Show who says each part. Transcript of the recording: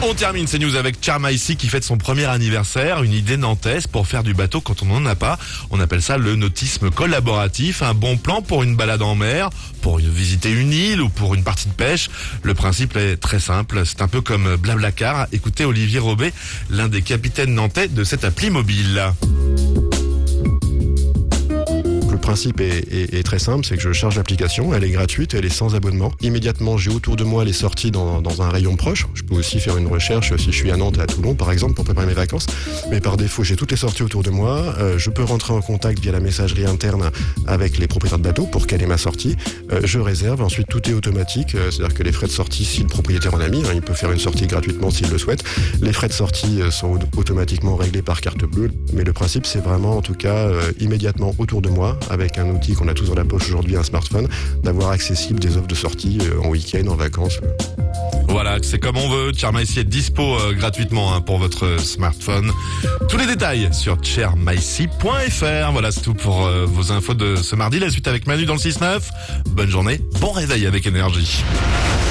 Speaker 1: On termine ces news avec Charm Icy qui fête son premier anniversaire, une idée nantaise pour faire du bateau quand on n'en a pas. On appelle ça le nautisme collaboratif, un bon plan pour une balade en mer, pour visiter une île ou pour une partie de pêche. Le principe est très simple, c'est un peu comme Blablacar. Écoutez Olivier Robet, l'un des capitaines nantais de cette appli mobile.
Speaker 2: Le principe est très simple, c'est que je charge l'application, elle est gratuite, elle est sans abonnement. Immédiatement, j'ai autour de moi les sorties dans un rayon proche. Je peux aussi faire une recherche si je suis à Nantes et à Toulon, par exemple, pour préparer mes vacances. Mais par défaut, j'ai toutes les sorties autour de moi. Je peux rentrer en contact via la messagerie interne avec les propriétaires de bateaux pour caler ma sortie. Je réserve, ensuite tout est automatique, c'est-à-dire que les frais de sortie, si le propriétaire en a mis, il peut faire une sortie gratuitement s'il le souhaite. Les frais de sortie sont automatiquement réglés par carte bleue. Mais le principe, c'est vraiment, en tout cas, immédiatement autour de moi, avec un outil qu'on a tous dans la poche aujourd'hui, un smartphone, d'avoir accessible des offres de sortie en week-end, en vacances.
Speaker 1: Voilà, c'est comme on veut. Charm Icy est dispo gratuitement pour votre smartphone. Tous les détails sur charmicy.fr. Voilà, c'est tout pour vos infos de ce mardi. La suite avec Manu dans le 6-9. Bonne journée, bon réveil avec énergie.